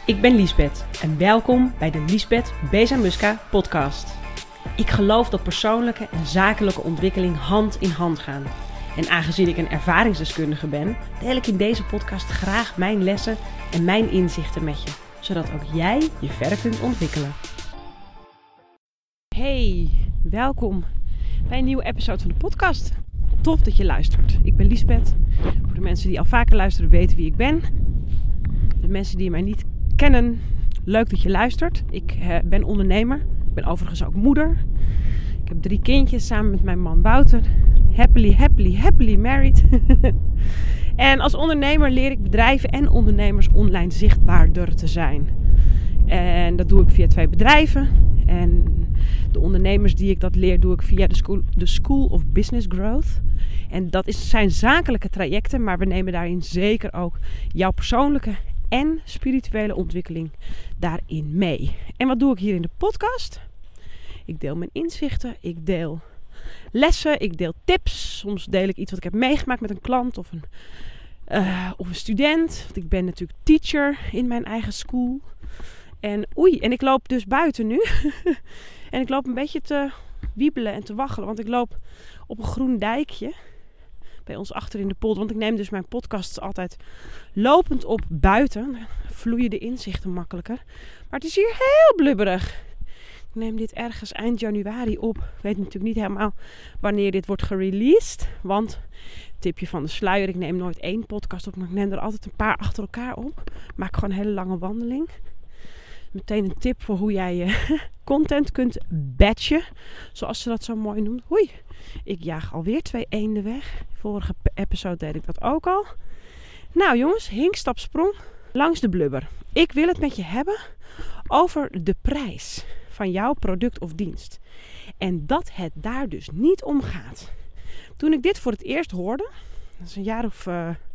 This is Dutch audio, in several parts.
Ik ben Liesbeth en welkom bij de Liesbeth Bezamuska podcast. Ik geloof dat persoonlijke en zakelijke ontwikkeling hand in hand gaan. En aangezien ik een ervaringsdeskundige ben, deel ik in deze podcast graag mijn lessen en mijn inzichten met je. Zodat ook jij je verder kunt ontwikkelen. Hey, welkom bij een nieuwe episode van de podcast. Tof dat je luistert. Ik ben Liesbeth. Voor de mensen die al vaker luisteren weten wie ik ben. De mensen die mij niet kennen, leuk dat je luistert. Ik ben ondernemer. Ik ben overigens ook moeder. Ik heb 3 kindjes samen met mijn man Wouter. Happily married. En als ondernemer leer ik bedrijven en ondernemers online zichtbaarder te zijn. En dat doe ik via 2 bedrijven. En de ondernemers die ik dat leer, doe ik via de School of Business Growth. En dat zijn zakelijke trajecten, maar we nemen daarin zeker ook jouw persoonlijke en spirituele ontwikkeling daarin mee. En wat doe ik hier in de podcast? Ik deel mijn inzichten, ik deel lessen, ik deel tips. Soms deel ik iets wat ik heb meegemaakt met een klant of een student. Want ik ben natuurlijk teacher in mijn eigen school. En ik loop dus buiten nu. En ik loop een beetje te wiebelen en te waggelen. Want ik loop op een groen dijkje bij ons achter in de polder. Want ik neem dus mijn podcasts altijd lopend op buiten. Dan vloeien de inzichten makkelijker. Maar het is hier heel blubberig. Ik neem dit ergens eind januari op. Ik weet natuurlijk niet helemaal wanneer dit wordt gereleased. Want, tipje van de sluier, ik neem nooit 1 podcast op. Maar ik neem er altijd een paar achter elkaar op. Maak gewoon een hele lange wandeling. Meteen een tip voor hoe jij je content kunt batchen. Zoals ze dat zo mooi noemt. Hoi, ik jaag alweer 2 eenden weg. Vorige episode deed ik dat ook al. Nou jongens, hink, stap, sprong langs de blubber. Ik wil het met je hebben over de prijs van jouw product of dienst. En dat het daar dus niet om gaat. Toen ik dit voor het eerst hoorde, dat is een jaar of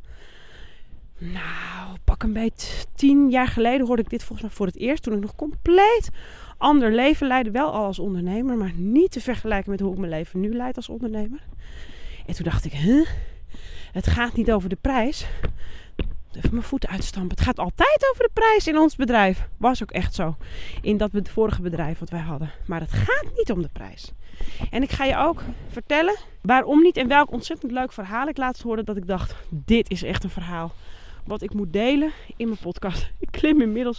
pak een beetje 10 jaar geleden hoorde ik dit volgens mij voor het eerst. Toen ik nog compleet ander leven leidde. Wel al als ondernemer, maar niet te vergelijken met hoe ik mijn leven nu leid als ondernemer. En toen dacht ik, het gaat niet over de prijs. Even mijn voeten uitstampen. Het gaat altijd over de prijs in ons bedrijf. Was ook echt zo. In dat vorige bedrijf wat wij hadden. Maar het gaat niet om de prijs. En ik ga je ook vertellen waarom niet en welk ontzettend leuk verhaal ik laatst hoorde. Dat ik dacht, dit is echt een verhaal wat ik moet delen in mijn podcast. Ik klim inmiddels.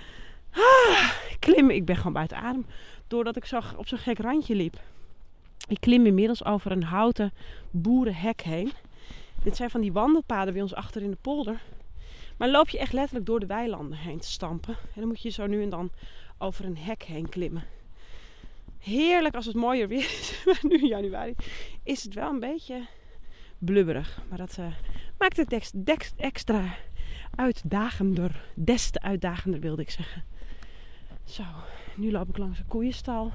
Ik ben gewoon buiten adem. Doordat ik zo op zo'n gek randje liep. Ik klim inmiddels over een houten boerenhek heen. Dit zijn van die wandelpaden bij ons achter in de polder. Maar loop je echt letterlijk door de weilanden heen te stampen. En dan moet je zo nu en dan over een hek heen klimmen. Heerlijk als het mooier weer is. Maar nu in januari is het wel een beetje blubberig. Maar dat maakt het extra uitdagender. Des te uitdagender wilde ik zeggen. Zo, nu loop ik langs een koeienstal.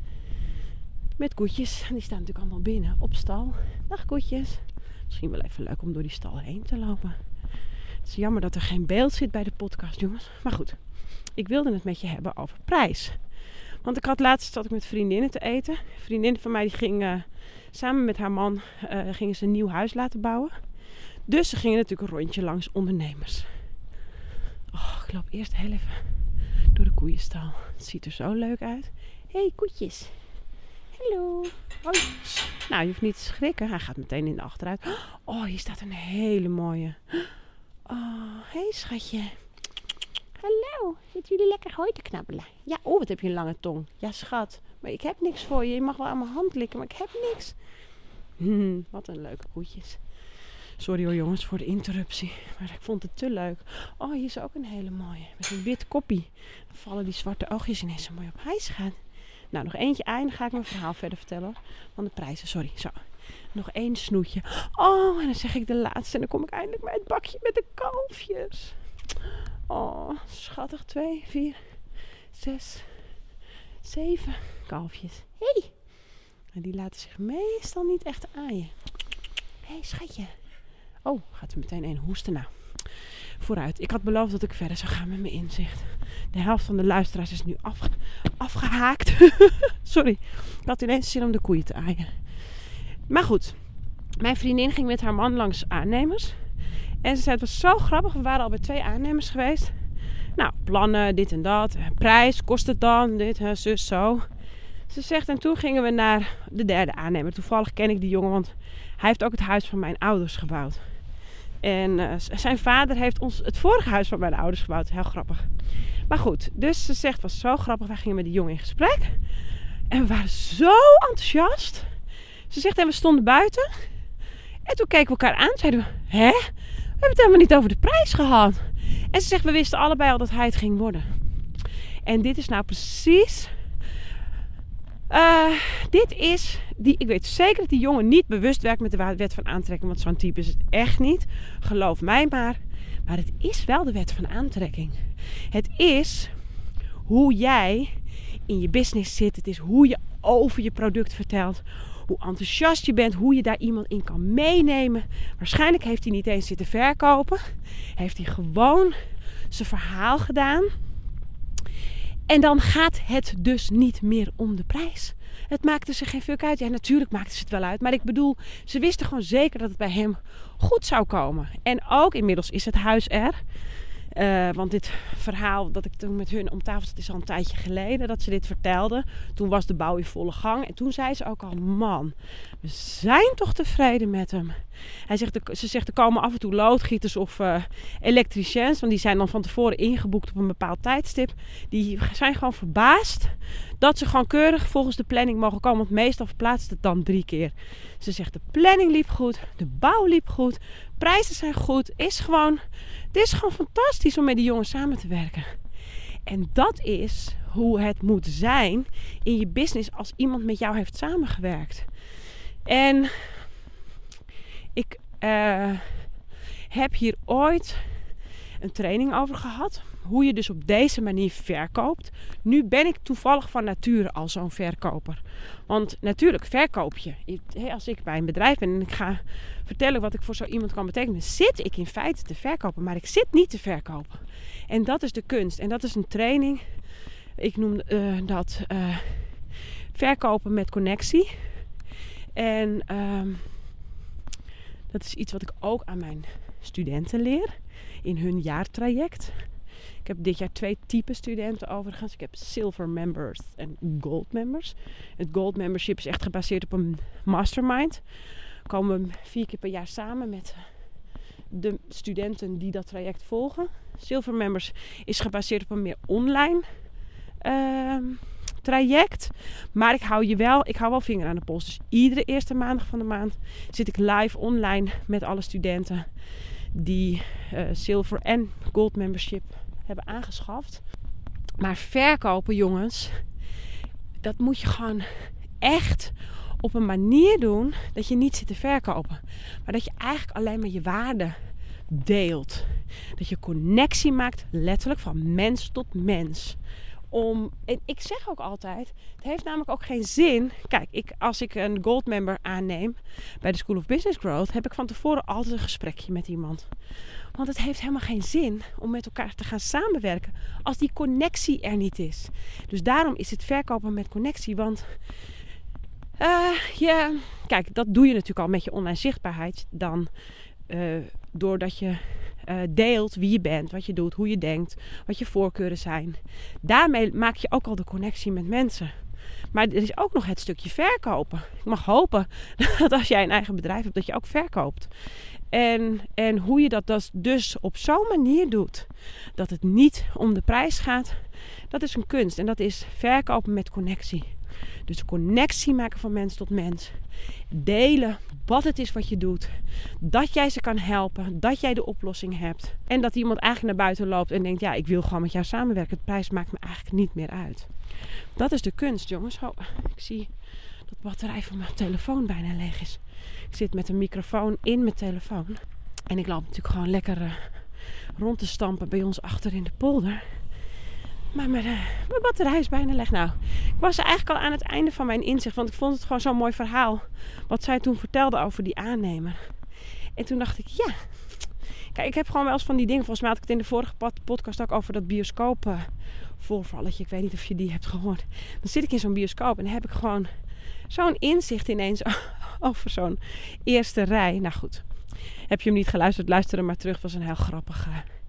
Met koetjes. Die staan natuurlijk allemaal binnen op stal. Dag koetjes. Misschien wel even leuk om door die stal heen te lopen. Het is jammer dat er geen beeld zit bij de podcast, jongens. Maar goed, ik wilde het met je hebben over prijs. Want zat ik met vriendinnen te eten. Een vriendin van mij die ging samen met haar man gingen ze een nieuw huis laten bouwen. Dus ze gingen natuurlijk een rondje langs ondernemers. Ik loop eerst heel even door de koeienstal. Het ziet er zo leuk uit. Hey koetjes. Hallo. Hoi. Nou, je hoeft niet te schrikken. Hij gaat meteen in de achteruit. Hier staat een hele mooie. Hey schatje. Hallo. Zitten jullie lekker hooi te knabbelen? Ja, wat heb je een lange tong. Ja, schat. Maar ik heb niks voor je. Je mag wel aan mijn hand likken, maar ik heb niks. Wat een leuke koetjes. Sorry hoor jongens voor de interruptie. Maar ik vond het te leuk. Hier is ook een hele mooie. Met een wit koppie. Dan vallen die zwarte oogjes ineens zo mooi op. Hi schat. Nou, nog eentje aan. Dan ga ik mijn verhaal verder vertellen. Van de prijzen, sorry. Zo. Nog 1 snoetje. En dan zeg ik de laatste. En dan kom ik eindelijk bij het bakje met de kalfjes. Schattig. 2, 4, 6, 7 kalfjes. Hey. En die laten zich meestal niet echt aaien. Hey, schatje. Gaat er meteen 1 hoesten. Nou, vooruit. Ik had beloofd dat ik verder zou gaan met mijn inzicht. De helft van de luisteraars is nu afgehaakt. Sorry. Ik had ineens zin om de koeien te aaien. Maar goed. Mijn vriendin ging met haar man langs aannemers. En ze zei, het was zo grappig. We waren al bij 2 aannemers geweest. Nou, plannen, dit en dat. Prijs, kost het dan, dit, zus, zo. Ze zegt, en toen gingen we naar de derde aannemer. Toevallig ken ik die jongen, want hij heeft ook het huis van mijn ouders gebouwd. En zijn vader heeft ons het vorige huis van mijn ouders gebouwd. Heel grappig. Maar goed, dus ze zegt, het was zo grappig. Wij gingen met die jongen in gesprek. En we waren zo enthousiast. Ze zegt, en we stonden buiten. En toen keken we elkaar aan. Zeiden we, hè? We hebben het helemaal niet over de prijs gehad. En ze zegt, we wisten allebei al dat hij het ging worden. En dit is nou precies... ik weet zeker dat die jongen niet bewust werkt met de wet van aantrekking. Want zo'n type is het echt niet. Geloof mij maar. Maar het is wel de wet van aantrekking. Het is hoe jij in je business zit. Het is hoe je over je product vertelt. Hoe enthousiast je bent. Hoe je daar iemand in kan meenemen. Waarschijnlijk heeft hij niet eens zitten verkopen. Heeft hij gewoon zijn verhaal gedaan. En dan gaat het dus niet meer om de prijs. Het maakte ze geen fuck uit. Ja, natuurlijk maakte ze het wel uit. Maar ik bedoel, ze wisten gewoon zeker dat het bij hem goed zou komen. En ook inmiddels is het huis er. Want dit verhaal dat ik toen met hun om tafel zat, is al een tijdje geleden dat ze dit vertelde. Toen was de bouw in volle gang. En toen zei ze ook al, man, we zijn toch tevreden met hem. Ze zegt, er komen af en toe loodgieters of elektriciëns. Want die zijn dan van tevoren ingeboekt op een bepaald tijdstip. Die zijn gewoon verbaasd dat ze gewoon keurig volgens de planning mogen komen. Want meestal verplaatst het dan 3 keer. Ze zegt, de planning liep goed. De bouw liep goed. Prijzen zijn goed. Het is gewoon fantastisch om met die jongens samen te werken. En dat is hoe het moet zijn in je business als iemand met jou heeft samengewerkt. En ik heb hier ooit een training over gehad. Hoe je dus op deze manier verkoopt. Nu ben ik toevallig van nature al zo'n verkoper. Want natuurlijk verkoop je. Als ik bij een bedrijf ben en ik ga vertellen wat ik voor zo iemand kan betekenen, zit ik in feite te verkopen. Maar ik zit niet te verkopen. En dat is de kunst. En dat is een training. Ik noem dat verkopen met connectie. En dat is iets wat ik ook aan mijn studenten leer. In hun jaartraject. Ik heb dit jaar 2 typen studenten overigens. Ik heb silver members en gold members. Het gold membership is echt gebaseerd op een mastermind. Komen we 4 keer per jaar samen met de studenten die dat traject volgen. Silver members is gebaseerd op een meer online traject. Maar ik hou wel vinger aan de pols. Dus iedere eerste maandag van de maand zit ik live online met alle studenten die silver en gold membership hebben aangeschaft. Maar verkopen, jongens, dat moet je gewoon echt op een manier doen dat je niet zit te verkopen. Maar dat je eigenlijk alleen maar je waarde deelt. Dat je connectie maakt, letterlijk van mens tot mens. En ik zeg ook altijd, het heeft namelijk ook geen zin. Kijk, als ik een gold member aanneem bij de School of Business Growth, heb ik van tevoren altijd een gesprekje met iemand. Want het heeft helemaal geen zin om met elkaar te gaan samenwerken als die connectie er niet is. Dus daarom is het verkopen met connectie. Want kijk, dat doe je natuurlijk al met je online zichtbaarheid. Dan doordat je deelt wie je bent, wat je doet, hoe je denkt, wat je voorkeuren zijn. Daarmee maak je ook al de connectie met mensen. Maar er is ook nog het stukje verkopen. Ik mag hopen dat als jij een eigen bedrijf hebt, dat je ook verkoopt. En hoe je dat dus op zo'n manier doet, dat het niet om de prijs gaat, dat is een kunst. En dat is verkopen met connectie. Dus connectie maken van mens tot mens. Delen wat het is wat je doet. Dat jij ze kan helpen. Dat jij de oplossing hebt. En dat iemand eigenlijk naar buiten loopt en denkt, ja, ik wil gewoon met jou samenwerken. De prijs maakt me eigenlijk niet meer uit. Dat is de kunst, jongens. Oh, ik zie dat de batterij van mijn telefoon bijna leeg is. Ik zit met een microfoon in mijn telefoon. En ik loop natuurlijk gewoon lekker rond te stampen bij ons achter in de polder. Maar mijn batterij is bijna leeg. Nou, ik was eigenlijk al aan het einde van mijn inzicht. Want ik vond het gewoon zo'n mooi verhaal. Wat zij toen vertelde over die aannemer. En toen dacht ik, ja. Kijk, ik heb gewoon wel eens van die dingen. Volgens mij had ik het in de vorige podcast ook over dat bioscoop voorvalletje. Ik weet niet of je die hebt gehoord. Dan zit ik in zo'n bioscoop en dan heb ik gewoon zo'n inzicht ineens over zo'n eerste rij. Nou goed, heb je hem niet geluisterd, luister hem maar terug. Het was een heel grappig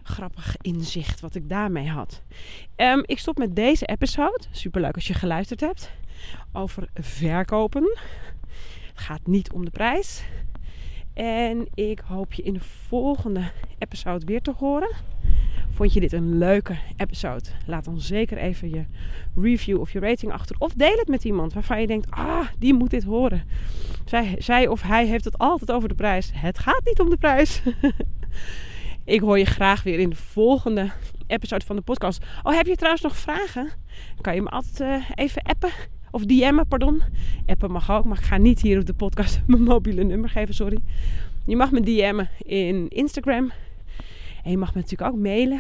grappig inzicht wat ik daarmee had. Ik stop met deze episode. Superleuk als je geluisterd hebt. Over verkopen. Het gaat niet om de prijs. En ik hoop je in de volgende episode weer te horen. Vond je dit een leuke episode? Laat dan zeker even je review of je rating achter. Of deel het met iemand waarvan je denkt, die moet dit horen. Zij of hij heeft het altijd over de prijs. Het gaat niet om de prijs. Ik hoor je graag weer in de volgende episode van de podcast. Heb je trouwens nog vragen? Kan je me altijd even appen. Of DM'en, pardon. Appen mag ook, maar ik ga niet hier op de podcast mijn mobiele nummer geven, sorry. Je mag me DM'en in Instagram. En je mag me natuurlijk ook mailen.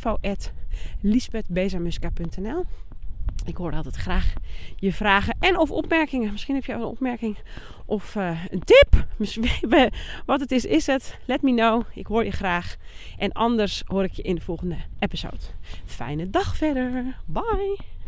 info@lisbethbezamuska.nl. Ik hoor altijd graag je vragen en of opmerkingen. Misschien heb je een opmerking of een tip. Wat het is het. Let me know. Ik hoor je graag. En anders hoor ik je in de volgende episode. Fijne dag verder. Bye.